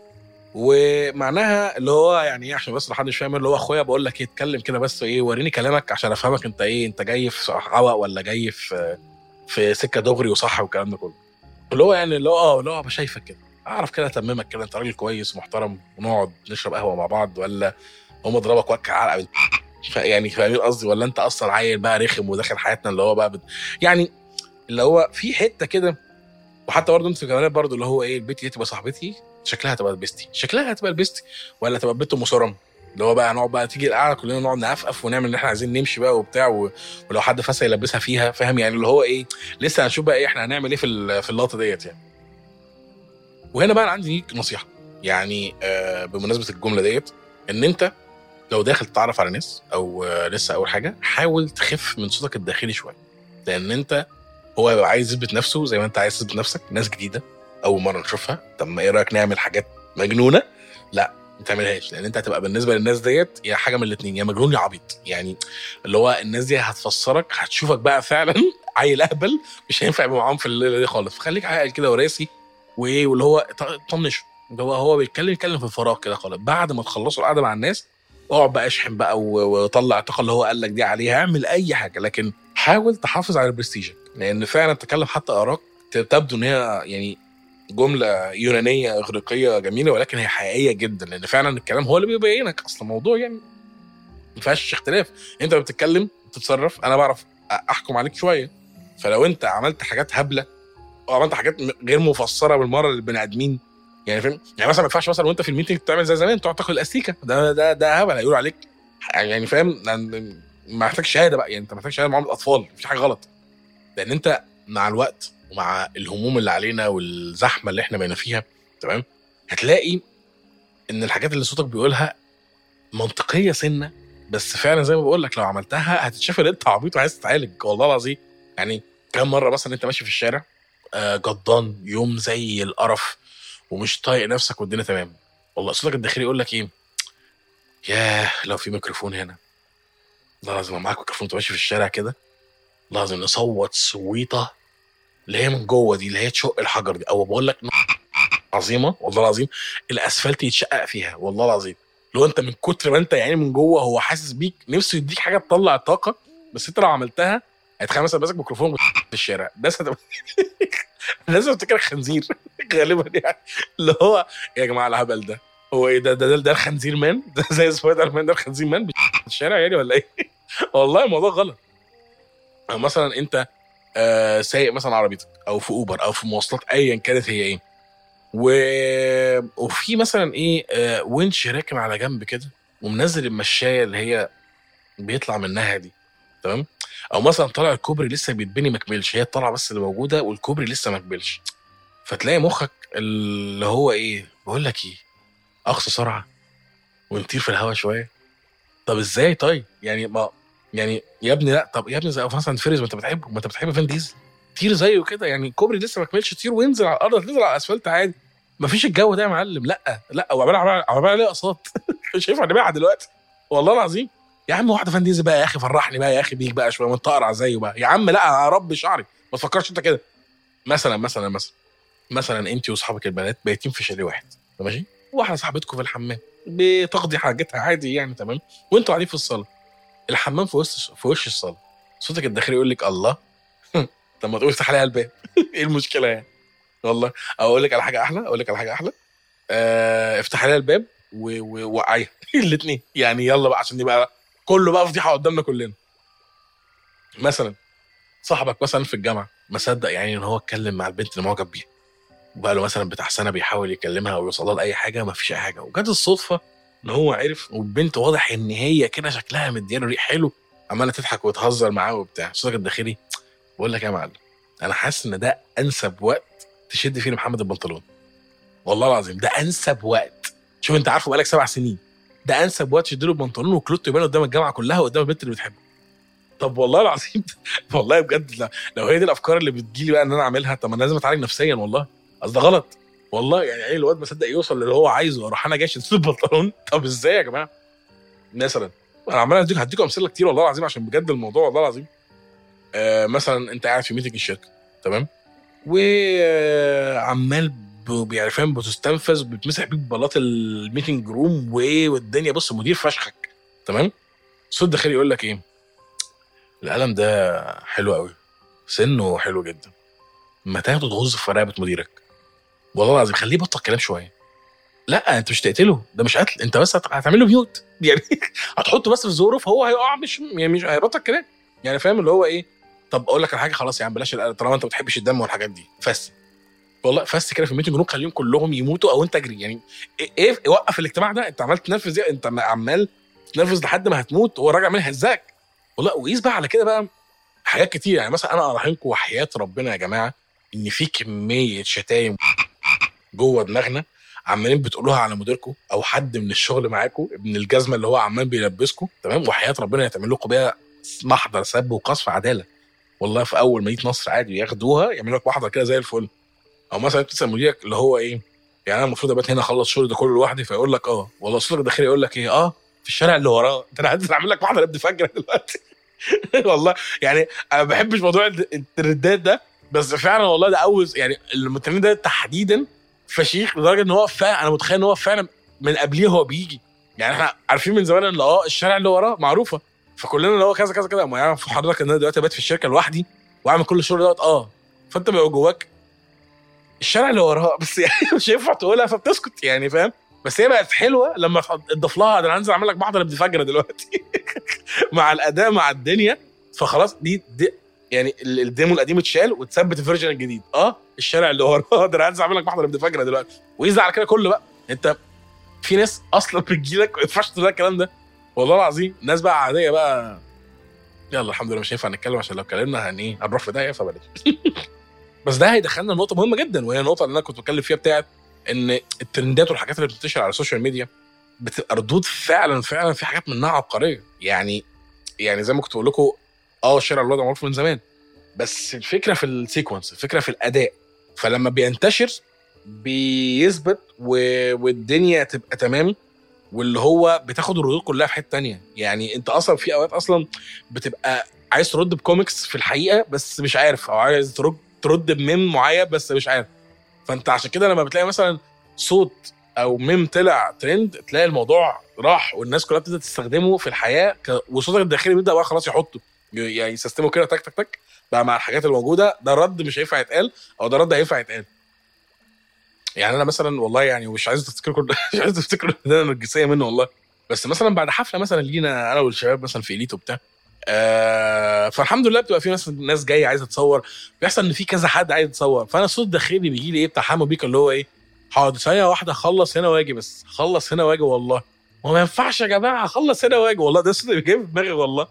ومعناها اللي هو يعني ايه عشان بس لو حدش فاهم اللي هو اخويا بقول لك ايه اتكلم كده بس ايه وريني كلامك عشان افهمك انت ايه انت جاي في عوق ولا جاي في في سكه دغري وصح والكلام ده كله, اللي هو يعني اللي هو اه اللي هو شايفك كده اعرف كده اتممك كده انت راجل كويس ومحترم ونقعد نشرب قهوه مع بعض, ولا هم اضربك وكع علقه يعني فاهمين قصدي, ولا انت اصلا عيل بقى رخم وداخل حياتنا اللي هو بقى بد... يعني اللي هو في حته كده. وحتى برضه انت في كمان برضه اللي هو ايه البيت دي تبقى صاحبتي شكلها هتبقى البيستي شكلها هتبقى البيستي ولا تبقى بنت مصرم اللي هو بقى نقعد بقى تيجي القعده كلنا نقعد نقفقف ونعمل ان احنا عايزين نمشي بقى وبتاع و... ولو حد فاسه يلبسها فيها فاهم يعني اللي هو ايه لسه هنشوف بقى ايه احنا هنعمل ايه في في اللقطه ديت يعني. وهنا بقى انا عندي ليك نصيحه يعني آه بمناسبه الجمله ديت, ان انت لو داخل تتعرف على ناس او آه لسه اول حاجه حاول تخف من صوتك الداخلي شويه, لان انت هو يبقى عايز يثبت نفسه زي ما انت عايز تثبت نفسك. ناس جديده اول مره نشوفها, طب ما ايه رايك نعمل حاجات مجنونه؟ لا ما تعملهاش, لان انت هتبقى بالنسبه للناس ديت يا حاجه من الاثنين, يا مجنون يا عبيط يعني اللي هو الناس دي هتفسرك هتشوفك بقى فعلا عيل اهبل مش هينفع يبقى معاهم في الليله دي خالص. خليك عاقل كده وراسي وايه واللي هو طنشه اللي هو هو بيتكلم يتكلم في الفراغ كده خالص. بعد ما تخلصوا القعده مع الناس اقعد بقى اشحن بقى وطلع الطاقه اللي هو قال لك دي عليها, اعمل اي حاجه لكن حاول تحافظ على برستيجك, لان فعلا تكلم حتى اراك تبدو ان هي يعني جمله يونانيه اغريقيه جميله, ولكن هي حقيقيه جدا, لان فعلا الكلام هو اللي بيبينك اصلا الموضوع يعني ما فيهاش اختلاف. انت بتتكلم بتتصرف انا بعرف احكم عليك شويه, فلو انت عملت حاجات هبله او عملت حاجات غير مفسره بالمره للبني ادمين يعني فاهم يعني مثلا ما ينفعش مثلا وانت في الميتنج تعمل زي زمان تقعد تاخد الاستيكه ده ده ده هبل هيقولوا عليك يعني فاهم, ما محتاج شهاده بقى يعني انت محتاج شهاده معامله اطفال مفيش حاجه غلط, لان انت مع الوقت ومع الهموم اللي علينا والزحمه اللي احنا بقينا فيها تمام هتلاقي ان الحاجات اللي صوتك بيقولها منطقيه سنه, بس فعلا زي ما بقول لك لو عملتها هتتشاف ان انت عبيط وعايز تتعالج والله العظيم. يعني كم مره مثلا انت ماشي في الشارع جدان يوم زي القرف ومش طايق نفسك والدنيا تمام, والله صوتك الداخلي يقول لك ايه ياه لو في ميكروفون هنا, والله لازم معاك ميكروفون تمشي في الشارع كده لازم نصوت صويته اللي هي من جوه دي اللي هي تشق الحجر دي, او بقول لك عظيمه والله العظيم الاسفلت يتشقق فيها والله العظيم, لو انت من كتر ما انت يعني من جوه هو حاسس بيك نفسه يديك حاجه تطلع الطاقه, بس انت لو عملتها هتخيل مثلا ماسك ميكروفون في الشارع الناس هتبقى لازم تفتكر خنزير غالبا يعني اللي هو يا جماعه الهبل ده هو ايه ده ده ده, ده الخنزير مان ده زي سبايدر مان ده الخنزير مان في الشارع يعني ولا ايه والله الموضوع غلط. او مثلا انت آه سايق مثلا عربيتك او في اوبر او في مواصلات ايا كانت هي ايه و... وفي مثلا ايه آه winch راكن على جنب كده ومنزل المشايه اللي هي بيطلع منها دي تمام, او مثلا طالع الكوبري لسه بيتبني مكملش هي طالعه بس اللي موجوده والكوبري لسه مكملش, فتلاقي مخك اللي هو ايه بقول لك ايه اقصى سرعه ونطير في الهواء شويه. طب ازاي طيب يعني ما يعني يا ابني لا طب يا ابني زي مثلا فيريز ما انت بتحبه ما انت بتحب فين ديزل طير زيه كده يعني الكوبري لسه ما كملش طير وينزل على الارض تنزل على الاسفلت عادي مفيش الجو ده يا معلم. لا لا وعمال عمال عليه اقساط مش هينفع نبيعها دلوقتي والله العظيم يا عم. واحده فان ديزل بقى يا اخي فرحني بقى يا اخي بيك بقى شويه وانت اقرع زيه بقى يا عم. لا يا رب شعري ما تفكرش انت كده. مثلا مثلا مثلا مثلا انت واصحابك البنات بايتين في شاليه واحد ماشي, واحده صاحبتكم في الحمام بتقضي حاجتها عادي يعني تمام, وانتوا قاعدين في الصاله الحمام في وش في وش الصاله صوتك الداخلي يقول لك الله طب ما تقول افتح عليها الباب ايه المشكله يعني والله. او اقول لك على حاجه احلى اقول لك على حاجه احلى آه افتح عليها الباب ووقعيها الاثنين يعني يلا بقى عشان يبقى كله بقى فضيحه قدامنا كلنا. مثلا صاحبك مثلا في الجامعه ما صدق يعني ان هو اتكلم مع البنت اللي معجب بيها وبقى له مثلا بتاع سنه بيحاول يكلمها او يوصلها لاي حاجه ما فيش اي حاجه, وجت الصدفه ان هو عرف والبنت واضح ان هي كده شكلها مديانه ريح حلو عماله تضحك وتهزر معاه وبتاع. صوتك الداخلي بقول لك يا معلم انا حاسس ان ده انسب وقت تشد فيه محمد البنطلون والله العظيم ده انسب وقت. شوف انت عارفه بقالك سبع سنين ده انسب وقت تشد له البنطلون وكلوته يبان قدام الجامعه كلها وقدام البنت اللي بتحبه. طب والله العظيم والله بجد لا. لو هي دي الافكار اللي بتجيلي بقى ان انا اعملها، طب انا لازم اتعالج نفسيا والله. اصل ده غلط والله. يعني ايه الواد ما صدق يوصل اللي هو عايزه، اروح انا جاي شدت البنطلون؟ طب ازاي يا جماعه؟ مثلا انا عمال اديك هديكم امثله كتير والله العظيم عشان بجد الموضوع والله العظيم. آه مثلا انت قاعد في ميتنج الشركه، تمام، وعمال بيعرفان بتستنفذ بتمسح بيك بلاط الميتنج روم وايه والدنيا، بص مدير فشخك، تمام، صوت داخلي يقول لك ايه، القلم ده حلو قوي، سنه حلو جدا، ما تاخده تغز في رقبه مديرك. والله العظيم خليه يبطل كلام شويه. لا انت مش تقتله، ده مش قتل، انت بس هتعمل له ميوت يعني هتحطه بس في زوره فهو هيقع، مش يعني مش هيبطل كلام يعني، فاهم اللي هو ايه. طب اقول لك على حاجه، خلاص يا عم بلاش القلم طالما انت ما بتحبش الدم والحاجات دي، فس والله فس كده في الميتنج روم، خليهم كلهم يموتوا او انت اجري يعني. ايه, إيه وقف الاجتماع ده، انت عمال تنفذ ايه، انت عمال تنفذ لحد ما هتموت، هو راجع عمال يهزاك والله. وقيس بقى على كده بقى حاجات كتير يعني. مثلا انا اراهنكم وحياه ربنا يا جماعه ان في كميه شتايم جوه دماغنا عمالين بتقولوها على مديركم او حد من الشغل معاكم، ابن الجزمه اللي هو عمال بيلبسكم، تمام، وحياه ربنا يتعمل لكم بيها محضر سب وقذف عداله والله. في اول مدينه نصر عادي ياخدوها يعملوا لك محضر كده زي الفل. او مثلا تسال مديرك اللي هو ايه، يعني انا المفروض ابات هنا اخلص شغل ده كله لوحدي، فيقول لك اه والله صوتك الداخلي يقول لك ايه، اه في الشارع اللي وراه، انت انا هنزل اعمل لك محضر ابن فجر دلوقتي والله. يعني انا ما بحبش موضوع الترندات ده، بس فعلا والله ده اول يعني المترند ده تحديدا فشيخ لدرجه ان هو فعلا انا متخيل ان هو فعلا من قبليه هو بيجي. يعني احنا عارفين من زمان ان اه الشارع اللي وراه معروفه، فكلنا اللي هو كذا كذا كذا، ما يعرف حضرتك ان انا دلوقتي بقيت في الشركه لوحدي واعمل كل الشغل دوت، اه فانت بيبقى جواك الشارع اللي وراه بس يعني مش هينفع تقولها فبتسكت يعني، فاهم. بس هي بقت حلوه لما تضاف لها ده انا هنزل اعمل لك محضر ابن فجر دلوقتي مع الاداء مع الدنيا، فخلاص دي, دي يعني الديمو القديم اتشال وتثبت الفيرجن الجديد، اه الشارع اللي وراه ده انا هنزل اعمل لك محضر ابن فجر دلوقتي، ويزعل على كده كله بقى. انت في ناس اصلا بتجيلك ما ينفعش تقول الكلام ده والله العظيم، ناس بقى عاديه بقى. يلا الحمد لله مش هينفع نتكلم عشان لو اتكلمنا هن ايه هنروح في داهيه فبلاش بس ده هيدخلنا نقطه مهمه جدا، وهي النقطه اللي انا كنت بتكلم فيها بتاعت ان الترندات والحاجات اللي بتنتشر على السوشيال ميديا بتبقى ردود فعلا فعلا في حاجات منها عبقريه يعني. يعني زي ما كنت بقول لكم اه الشارع الوضع معروف من زمان، بس الفكره في السيكونس، الفكره في الاداء، فلما بينتشر بيثبت و... والدنيا تبقى تمام، واللي هو بتاخد الردود كلها في حته تانية. يعني انت اصلا في اوقات اصلا بتبقى عايز ترد بكوميكس في الحقيقه بس مش عارف، او عايز ترد ترد بميم معين بس مش عارف. فانت عشان كده لما بتلاقي مثلا صوت او ميم طلع ترند تلاقي الموضوع راح والناس كلها بتبدا تستخدمه في الحياه ك... وصوتك الداخلي بيبدا بقى خلاص يحطه يعني يسيستمه كده تك تك تك بقى مع الحاجات الموجوده، ده رد مش هينفع يتقال او ده رد هينفع يتقال. يعني انا مثلا والله يعني مش عايز تفتكروا مش عايز تفتكروا ان انا نرجسيه منه والله، بس مثلا بعد حفله مثلا لينا انا والشباب مثلا في اليت وبتاع، آه فالحمد لله بتبقى في ناس ناس جايه عايزه تصور، بيحصل ان في كذا حد عايز يتصور، فانا صوت داخلي بيجي لي ايه بتاع حمو بيك اللي هو ايه، حاضر ثانيه واحده خلص هنا واجي، بس خلص هنا واجي والله، وما ينفعش يا جماعه خلص هنا واجي والله، ده الصوت اللي جاي في دماغي والله.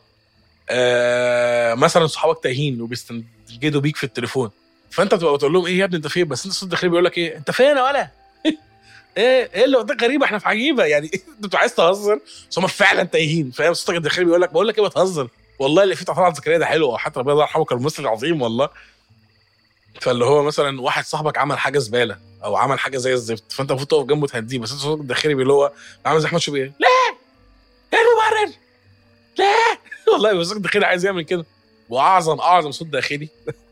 آه مثلا صحابك تايهين وبيستنجدوا بيك في التليفون، فانت بتبقى بتقول لهم ايه يا ابني انت فين، بس انت الصوت الداخلي بيقول لك ايه انت فين يا ولا ايه ايه اللي قدامك غريبه احنا في عجيبه يعني انت عايز تهزر بس هم فعلا تايهين، فاهم. صوتك الداخلي بيقول لك بقول لك ايه بتهزر والله، اللي فيه طلعت زكريا ده حلو، حتى ربنا الله يرحمه كان ممثل عظيم والله. فاللي هو مثلا واحد صاحبك عمل حاجه زباله او عمل حاجه زي الزفت، فانت المفروض تقف جنبه تهديه، بس انت صوتك الداخلي اللي هو عامل زي احمد شوبير، لا ايه المبرر لا والله صوتك الداخلي عايز يعمل كده. واعظم اعظم صوت داخلي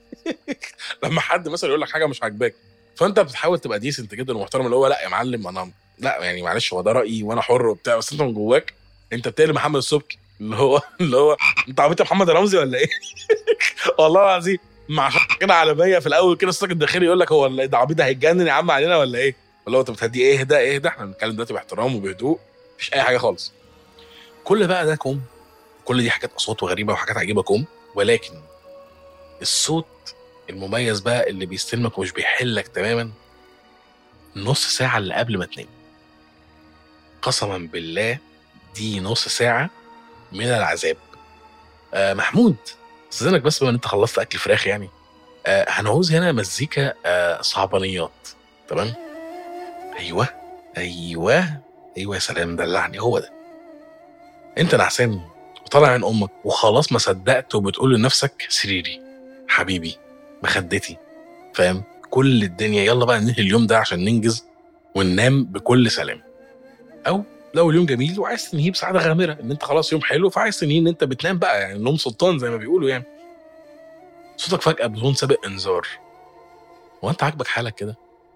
لما حد مثلا يقول لك حاجه مش عاجباك فانت بتحاول تبقى ديسنت جدا ومحترم، اللي هو لا يا معلم انا لا يعني معلش هو ده رايي وانا حر وبتاع، بس انت من جواك انت بتقلب محمد السبكي اللي هو اللي هو انت عبيط محمد رمزي ولا ايه والله العظيم مع كده على مية في الاول كده الصوت الداخلي يقول لك هو ده عبيط هيتجنن يا عم علينا ولا ايه، ولا هو انت بتهدي ايه ده ايه ده، احنا بنتكلم دلوقتي باحترام وبهدوء مفيش اي حاجه خالص. كل بقى ده كوم، كل دي حاجات اصوات وغريبه وحاجات عجيبه كوم، ولكن الصوت المميز بقى اللي بيستلمك ومش بيحلك تماما نص ساعة اللي قبل ما تنام. قسما بالله دي نص ساعة من العذاب. آه محمود استاذنك بس بما ان انت خلصت اكل فراخ يعني، آه هنعوز هنا مزيكا آه صعبانيات، تمام. ايوه ايوه ايوه يا سلام دلعني، هو ده انت نعسان وطالع عين امك وخلاص ما صدقت وبتقول لنفسك سريري حبيبي مخدتي فاهم كل الدنيا يلا بقى ننهي اليوم ده عشان ننجز وننام بكل سلام. او لو اليوم جميل وعايز تنهيه بسعاده غامره ان انت خلاص يوم حلو فعايز تنهيه ان انت بتنام بقى يعني نوم سلطان زي ما بيقولوا يعني صوتك فجاه بدون سابق انذار. هو انت عاجبك حالك كده؟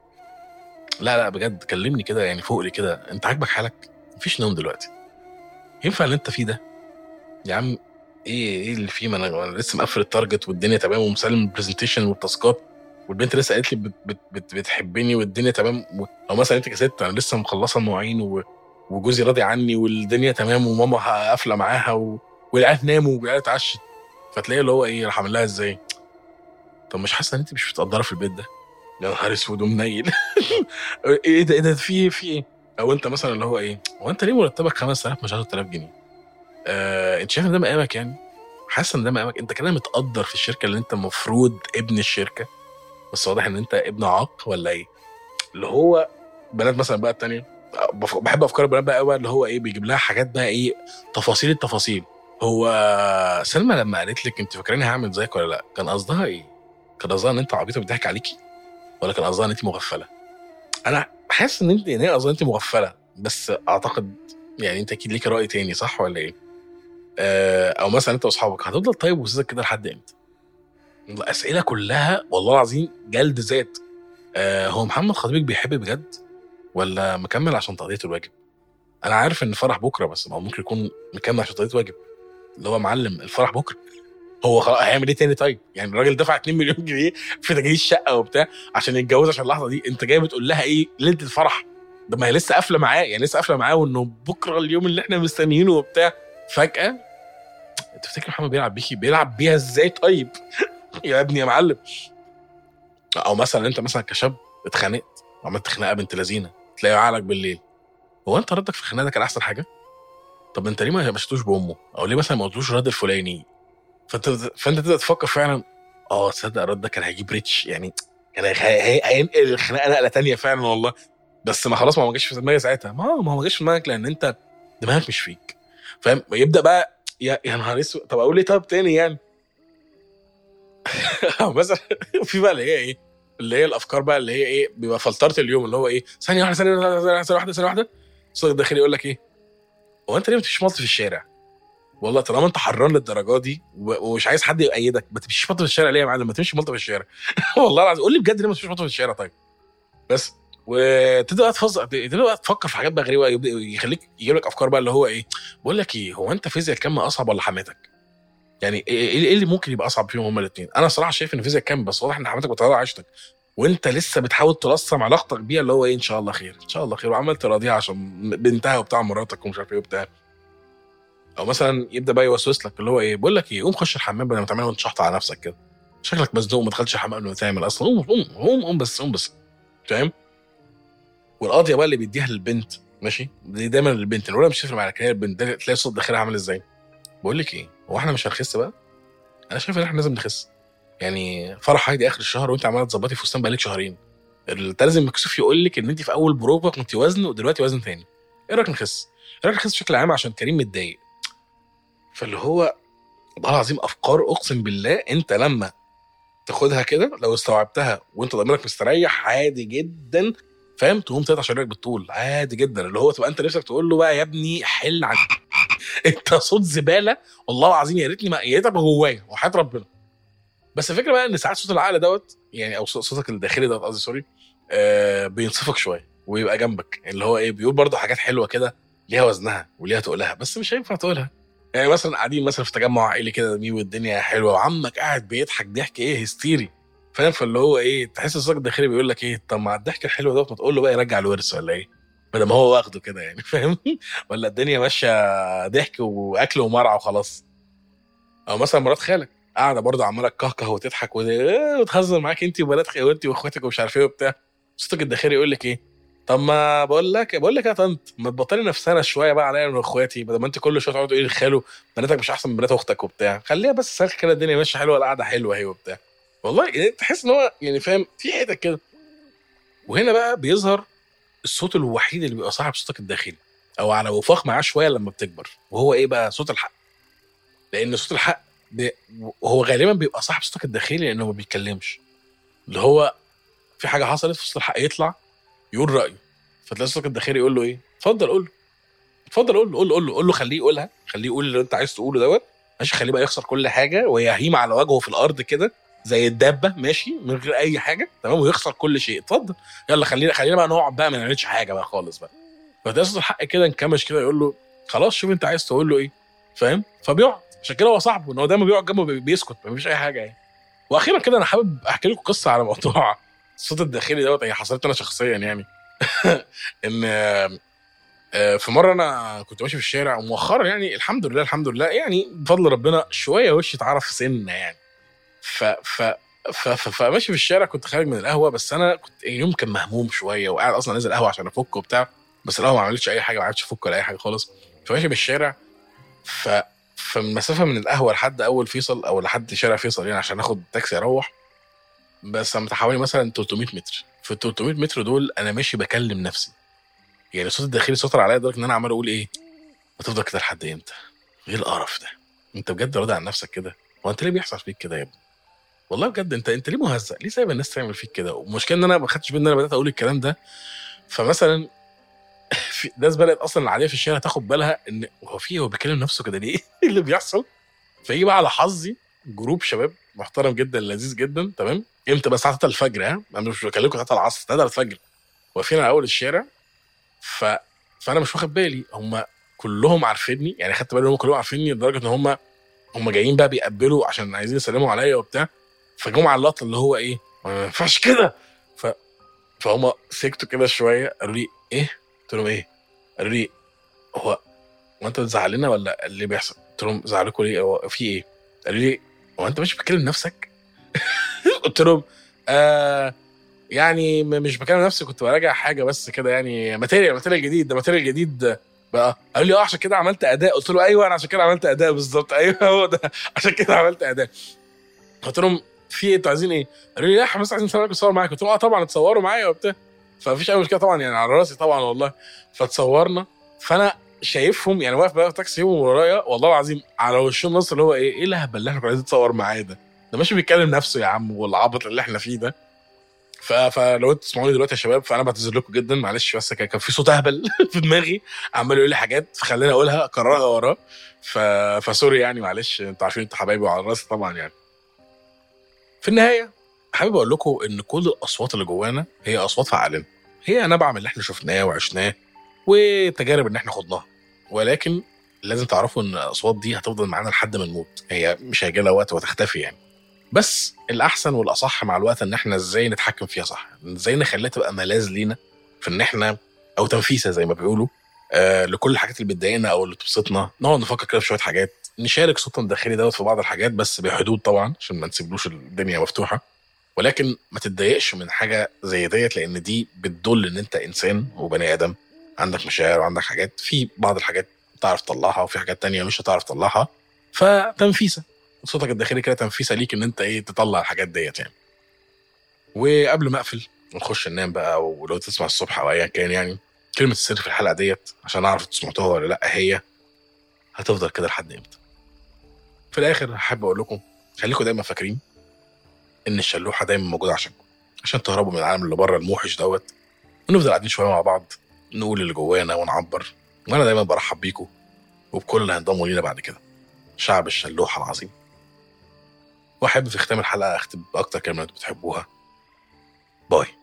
لا لا بجد كلمني كده يعني فوق لي كده انت عاجبك حالك؟ مفيش نوم دلوقتي ينفع اللي انت فيه ده يا عم؟ ايه ايه اللي فيه؟ ما انا أنا لسه مقفل التارجت والدنيا تمام ومسلم البرزنتيشن والتاسكات والبنت لسه قالت لي بت بت بت بتحبني والدنيا تمام و... او مثلا انت كست انا لسه مخلصه المواعين و... وجوزي راضي عني والدنيا تمام وماما قافله معاها و... والعيال ناموا والعيال اتعشت فتلاقي اللي هو ايه راح اعمل لها ازاي؟ طب مش حاسه ان انت مش متقدره في البيت ده؟ يا نهار اسود ومنيل ايه ده ايه ده في في ايه؟ او انت مثلا اللي هو ايه هو انت ليه مرتبك خمسة آلاف مش عشرة آلاف جنيه؟ آه، انت شايف ان ده مقامك يعني؟ حاسس ان ده مقامك؟ انت كده متقدر في الشركه اللي انت المفروض ابن الشركه بس واضح ان انت ابن عاق ولا ايه؟ اللي هو بنات مثلا بقى التانية بف- بحب افكار البنات بقى قوي اللي هو ايه بيجيب لها حاجات بقى ايه تفاصيل التفاصيل. هو سلمى لما قالت لك انت فاكراني هعمل زيك ولا لا كان قصدها ايه؟ كان قصدها ان انت عبيطه بتضحك عليكي ولا كان قصدها ان انت مغفله؟ انا حاسس ان انت يعني قصدها انت مغفله بس اعتقد يعني انت اكيد ليك راي تاني صح ولا ايه؟ آه، او مثلا انت واصحابك هتفضل طيب وسيزك كده لحد امتى؟ الاسئله كلها والله العظيم جلد ذات. آه، هو محمد خطيبك بيحبك بجد ولا مكمل عشان تقضيه الواجب؟ انا عارف ان فرح بكره بس ما هو ممكن يكون مكمل عشان تقضيه الواجب اللي هو معلم الفرح بكره هو خلاص هيعمل ايه تاني؟ طيب يعني الراجل دفع اتنين مليون جنيه في تجهيز شقه وبتاع عشان يتجوز عشان اللحظه دي انت جاي بتقول لها ايه ليله الفرح؟ ده ما هي لسه قافله معاه يعني لسه قافله معاه وانه بكره اليوم اللي احنا مستنيينه وبتاع فجاه تفتكر محمد بيلعب بيكي بيلعب بيها ازاي طيب؟ يا ابني يا معلم. او مثلا انت مثلا كشاب اتخانقت وعملت خناقه بنت لذينه تلاقي عقلك بالليل هو انت ردك في الخناقه ده كان احسن حاجه؟ طب انت ليه ما مشيتوش بامه او ليه مثلا ما قلتلوش الرد الفلاني؟ فانت فانت تبدا تفكر فعلا اه تصدق الرد ده كان هيجيب ريتش يعني كان هي- هي- هينقل الخناقه نقله تانية فعلا والله. بس ما خلاص ما هو ما جاش في دماغي ساعتها ما هو ما هو ما جاش في دماغك لان انت دماغك مش فيك فاهم. يبدا بقى يا يا نهار اسود طب اقول ايه طب تاني يعني؟ أو مثلا في بقى اللي هي ايه اللي هي الافكار بقى اللي هي ايه بيبقى فلترت اليوم اللي هو ايه ثانيه واحده ثانيه واحده ثانيه واحده ثانيه واحده الصوت الداخلي يقول لك ايه هو انت ليه ما بتمشيش ملط في الشارع؟ والله طالما انت حران للدرجه دي و- ومش عايز حد يأيدك ما تمشيش ملط في الشارع ليه يا معلم؟ ما تمشي ملط في الشارع والله العظيم قول لي بجد ليه ما تمشيش ملط في الشارع طيب؟ بس وتبدا بقى تفكر تبدا بقى تفكر في حاجات بقى غريبه يبدا يخليك يجيب لك افكار بقى اللي هو ايه بقول لك ايه هو انت فيزياء الكم اصعب ولا حماتك؟ يعني ايه ايه إيه اللي ممكن يبقى اصعب فيهم هما الاثنين؟ انا صراحه شايف ان فيزياء الكم بس واضح ان حماتك بتطلع عيشتك وانت لسه بتحاول تلصم علاقتك بيها اللي هو ايه ان شاء الله خير ان شاء الله خير وعمال تراضيها عشان بنتها وبتاع مراتك ومش عارف ايه وبتاع. او مثلا يبدا بقى يوسوس لك اللي هو ايه بقول لك ايه قوم خش الحمام بدل ما تعملها وانت شحط على نفسك كده شكلك مزنوق وما دخلتش الحمام قبل ما تعمل اصلا قوم قوم قوم قوم بس قوم بس فاهم. والقاضيه بقى اللي بيديها للبنت ماشي دي دايما البنت الولد مش هتفرق معاك هي البنت ده تلاقي الصوت داخلها عامل ازاي بقول لك ايه هو احنا مش هنخس بقى؟ انا شايف ان احنا لازم نخس يعني فرح هيدي اخر الشهر وانت عماله تظبطي فستان بقالك شهرين التلزم مكسوف يقول لك ان انت في اول بروفه كنت وزن ودلوقتي وزن ثاني ايه رايك نخس؟ ايه رايك نخس بشكل عام عشان كريم متضايق؟ فاللي هو والله العظيم افكار اقسم بالله انت لما تاخدها كده لو استوعبتها وانت ضميرك مستريح عادي جدا فاهم تقوم تقطع شرايك بالطول عادي جدا اللي هو تبقى انت نفسك تقول له بقى يا ابني حل عن انت صوت زباله والله العظيم يا ريتني ما يا ريت ابقى جوايا وحياه ربنا. بس الفكره بقى ان ساعات صوت العقل دوت يعني او صوت- صوتك الداخلي دوت قصدي سوري آه بينصفك شويه ويبقى جنبك اللي هو ايه بيقول برضه حاجات حلوه كده ليها وزنها وليها تقولها بس مش هينفع تقولها. يعني مثلا قاعدين مثلا في تجمع عائلي كده مي والدنيا حلوه وعمك قاعد بيضحك ضحك ايه هستيري فاهم فاللي هو ايه تحس الصوت الداخلي بيقول لك ايه طب مع الضحك الحلو دوت ما تقول له بقى يرجع الورث ولا ايه بدل ما هو واخده كده يعني فاهم ولا الدنيا ماشيه ضحك واكل ومرعى وخلاص. او مثلا مرات خالك قاعده برضه عماله تكهكه وتضحك وت- إيه وتهزر معاك انت وبنات خ- وانت واخواتك ومش عارف ايه وبتاع صوتك الداخلي يقول لك ايه طب ما بقول لك بقول لك يا طنط ما تبطلي نفسنا شويه بقى عليا من اخواتي بدل ما انت كل شويه تقعدي تقولي لخاله بناتك مش احسن من بنات اختك وبتاع خليها بس سالك كده الدنيا ماشيه حلوه القعده حلوه اهي وبتاع. والله يعني تحس ان هو يعني فاهم في حته كده. وهنا بقى بيظهر الصوت الوحيد اللي بيبقى صاحب صوتك الداخلي او على وفاق معاه شويه لما بتكبر وهو ايه بقى صوت الحق. لان صوت الحق ب... هو غالبا بيبقى صاحب صوتك الداخلي لانه ما بيتكلمش، اللي هو في حاجه حصلت في صوت الحق يطلع يقول رايه، فتلاقي صوتك الداخلي يقول له ايه اتفضل قول له، اتفضل قول له قول له قول له, قول له خليه يقولها، خليه يقول اللي انت عايز تقوله دوت ماشي، خليه بقى يخسر كل حاجه ويهيم على وجهه في الارض كده زي الدابه ماشي من غير اي حاجه تمام، ويخسر كل شيء، اتفضل يلا خلينا خلينا بقى نقعد بقى ما نعملش حاجه بقى خالص بقى. فده صوت الحق كده انكمش كده يقول له خلاص شوف انت عايز تقول له ايه، فاهم؟ فبيقعد، عشان كده هو صاحبه ان هو دايما بيقعد جنبه بيسكت ما فيش اي حاجه يعني. واخيرا كده انا حابب احكي لكم قصه على موضوع الصوت الداخلي دوت، هي حصلت انا شخصيا يعني. ان آه، في مره انا كنت ماشي في الشارع ومؤخرا يعني الحمد لله الحمد لله يعني بفضل ربنا شويه وشي اتعرف سنه يعني. ف ف ف ف- فماشي في الشارع كنت خارج من القهوه، بس انا كنت يوم كان مهموم شويه وقاعد اصلا نازل قهوه عشان افك وبتاع، بس القهوه ما عملتش اي حاجه، ما عرفتش افك ولا اي حاجه خالص. فماشي بالشارع، ف فالمسافه من القهوه لحد اول فيصل او لحد شارع فيصل يعني عشان اخد تاكسي اروح، بس عم حوالي مثلا ثلاثمية متر. في ال ثلاثمية متر دول انا ماشي بكلم نفسي، يعني الصوت الداخلي سيطر عليا لدرجه ان انا عمال اقول ايه هتفضل كده لحد امتى؟ ايه القرف ده؟ انت بجد راضي عن نفسك كده؟ هو انت ليه بيحصل فيك كده يا ابني؟ والله بجد انت انت ليه مهزأ؟ ليه سايب الناس تعمل فيك كده؟ والمشكله ان انا ما خدتش بالي ان انا بدات اقول الكلام ده. فمثلا في ناس بدات اصلا العاديه في الشارع تاخد بالها ان هو في هو بيكلم نفسه كده ليه؟ ايه اللي بيحصل؟ فيجي بقى على حظي جروب شباب محترم جدا لذيذ جدا تمام، امتى بس الساعه ثلاثة الفجر، ها انا مش بكلمكم ثلاثة العصر، ثلاثة الفجر واقفين على اول الشارع. ف... فانا مش واخد بالي هم كلهم عارفيني، يعني خدت بالي ان هم كلهم عارفيني لدرجه ان هم هم جايين بقى بيقبلوا عشان عايزين يسلموا عليا وبتاع. فجم على اللقطه اللي هو ايه ما ينفعش كده. ف... فهم سكتوا كده شويه قالوا لي ايه؟ قلت لهم ايه؟ قالوا لي هو هو انت بتزعلنا ولا اللي بيحصل؟ قلت لهم زعلكوا ليه؟ هو في ايه؟ قالوا لي هو انت مش بتكلم نفسك؟ قلت لهم آه يعني م- مش بكلم نفسي، كنت براجع حاجه بس كده يعني ماتيريال ماتيريال جديد، ده ماتيريال جديد بقى. قال لي اه عشان كده عملت اداء. قلت له ايوه انا عشان كده عملت اداء بالظبط، ايوه هو ده عشان كده عملت اداء. قلت لهم في ايه انتوا عايزين ايه؟ قالوا لي لا احنا بس عايزين نصور نصور معاك. قلت لهم اه طبعا اتصوروا معايا وبتاع، فمفيش اي مشكله طبعا يعني على راسي طبعا والله. فتصورنا، فانا شايفهم يعني واقف بقى في تاكسي يوم ورايا والله العظيم على وشهم نص اللي هو ايه ايه الهبل اللي احنا كنا عايزين نتصور معاه ده؟ ده ماشي بيتكلم نفسه يا عم والعبط اللي احنا فيه ده. ف... فلو انتوا تسمعوني دلوقتي يا شباب فانا بعتذر لكم جدا معلش، بس كان كان في صوت اهبل في دماغي عمال يقول لي حاجات فخليني اقولها اكررها وراه. ف... فسوري يعني معلش، انتوا عارفين انتوا حبايبي وعلى راسي طبعا يعني. في النهايه حابب اقول لكم ان كل الاصوات اللي جوانا هي اصوات في عقلنا، هي نبع من اللي احنا شفناه وعشناه وتجارب ان احنا خضناها، ولكن لازم تعرفوا ان الاصوات دي هتفضل معانا لحد ما نموت، هي مش هيجي لها وقت وتختفي يعني. بس الاحسن والاصح مع الوقت ان احنا ازاي نتحكم فيها صح، ازاي نخليها تبقى ملاذ لينا في ان احنا او تنفيسه زي ما بيقولوا آه لكل الحاجات اللي بتضايقنا او اللي تبسطنا، نقعد نفكر كده في شويه حاجات، نشارك صوتنا الداخلي دوت في بعض الحاجات بس بحدود طبعا عشان ما نسيبلوش الدنيا مفتوحه. ولكن ما تتضايقش من حاجه زي ديت لان دي بتدل ان انت انسان وبني ادم عندك مشاعر وعندك حاجات، في بعض الحاجات تعرف تطلعها وفي حاجات تانية مش هتعرف تطلعها، فتنفيسه صوتك الداخلي كده تنفيسه ليك ان انت ايه تطلع الحاجات ديت يعني. وقبل ما اقفل ونخش ننام بقى، ولو تسمع الصبح او ايا كان يعني كلمه السر في الحلقه ديت عشان اعرف سمعتوها ولا لا، هي هتفضل كده لحد امتى؟ في الاخر هحب اقول لكم خليكم دايما فاكرين ان الشلوحه دايما موجوده عشانكم، عشان تهربوا من العالم اللي بره الموحش دوت، ونفضل قاعدين شويه مع بعض نقول اللي جوانا ونعبر. وانا دايما برحب بيكم وبكل اللي هينضموا لينا بعد كده، شعب الشلوحه العظيم. واحب في ختام الحلقه اختم باكتر كلمه انتوا بتحبوها. باي.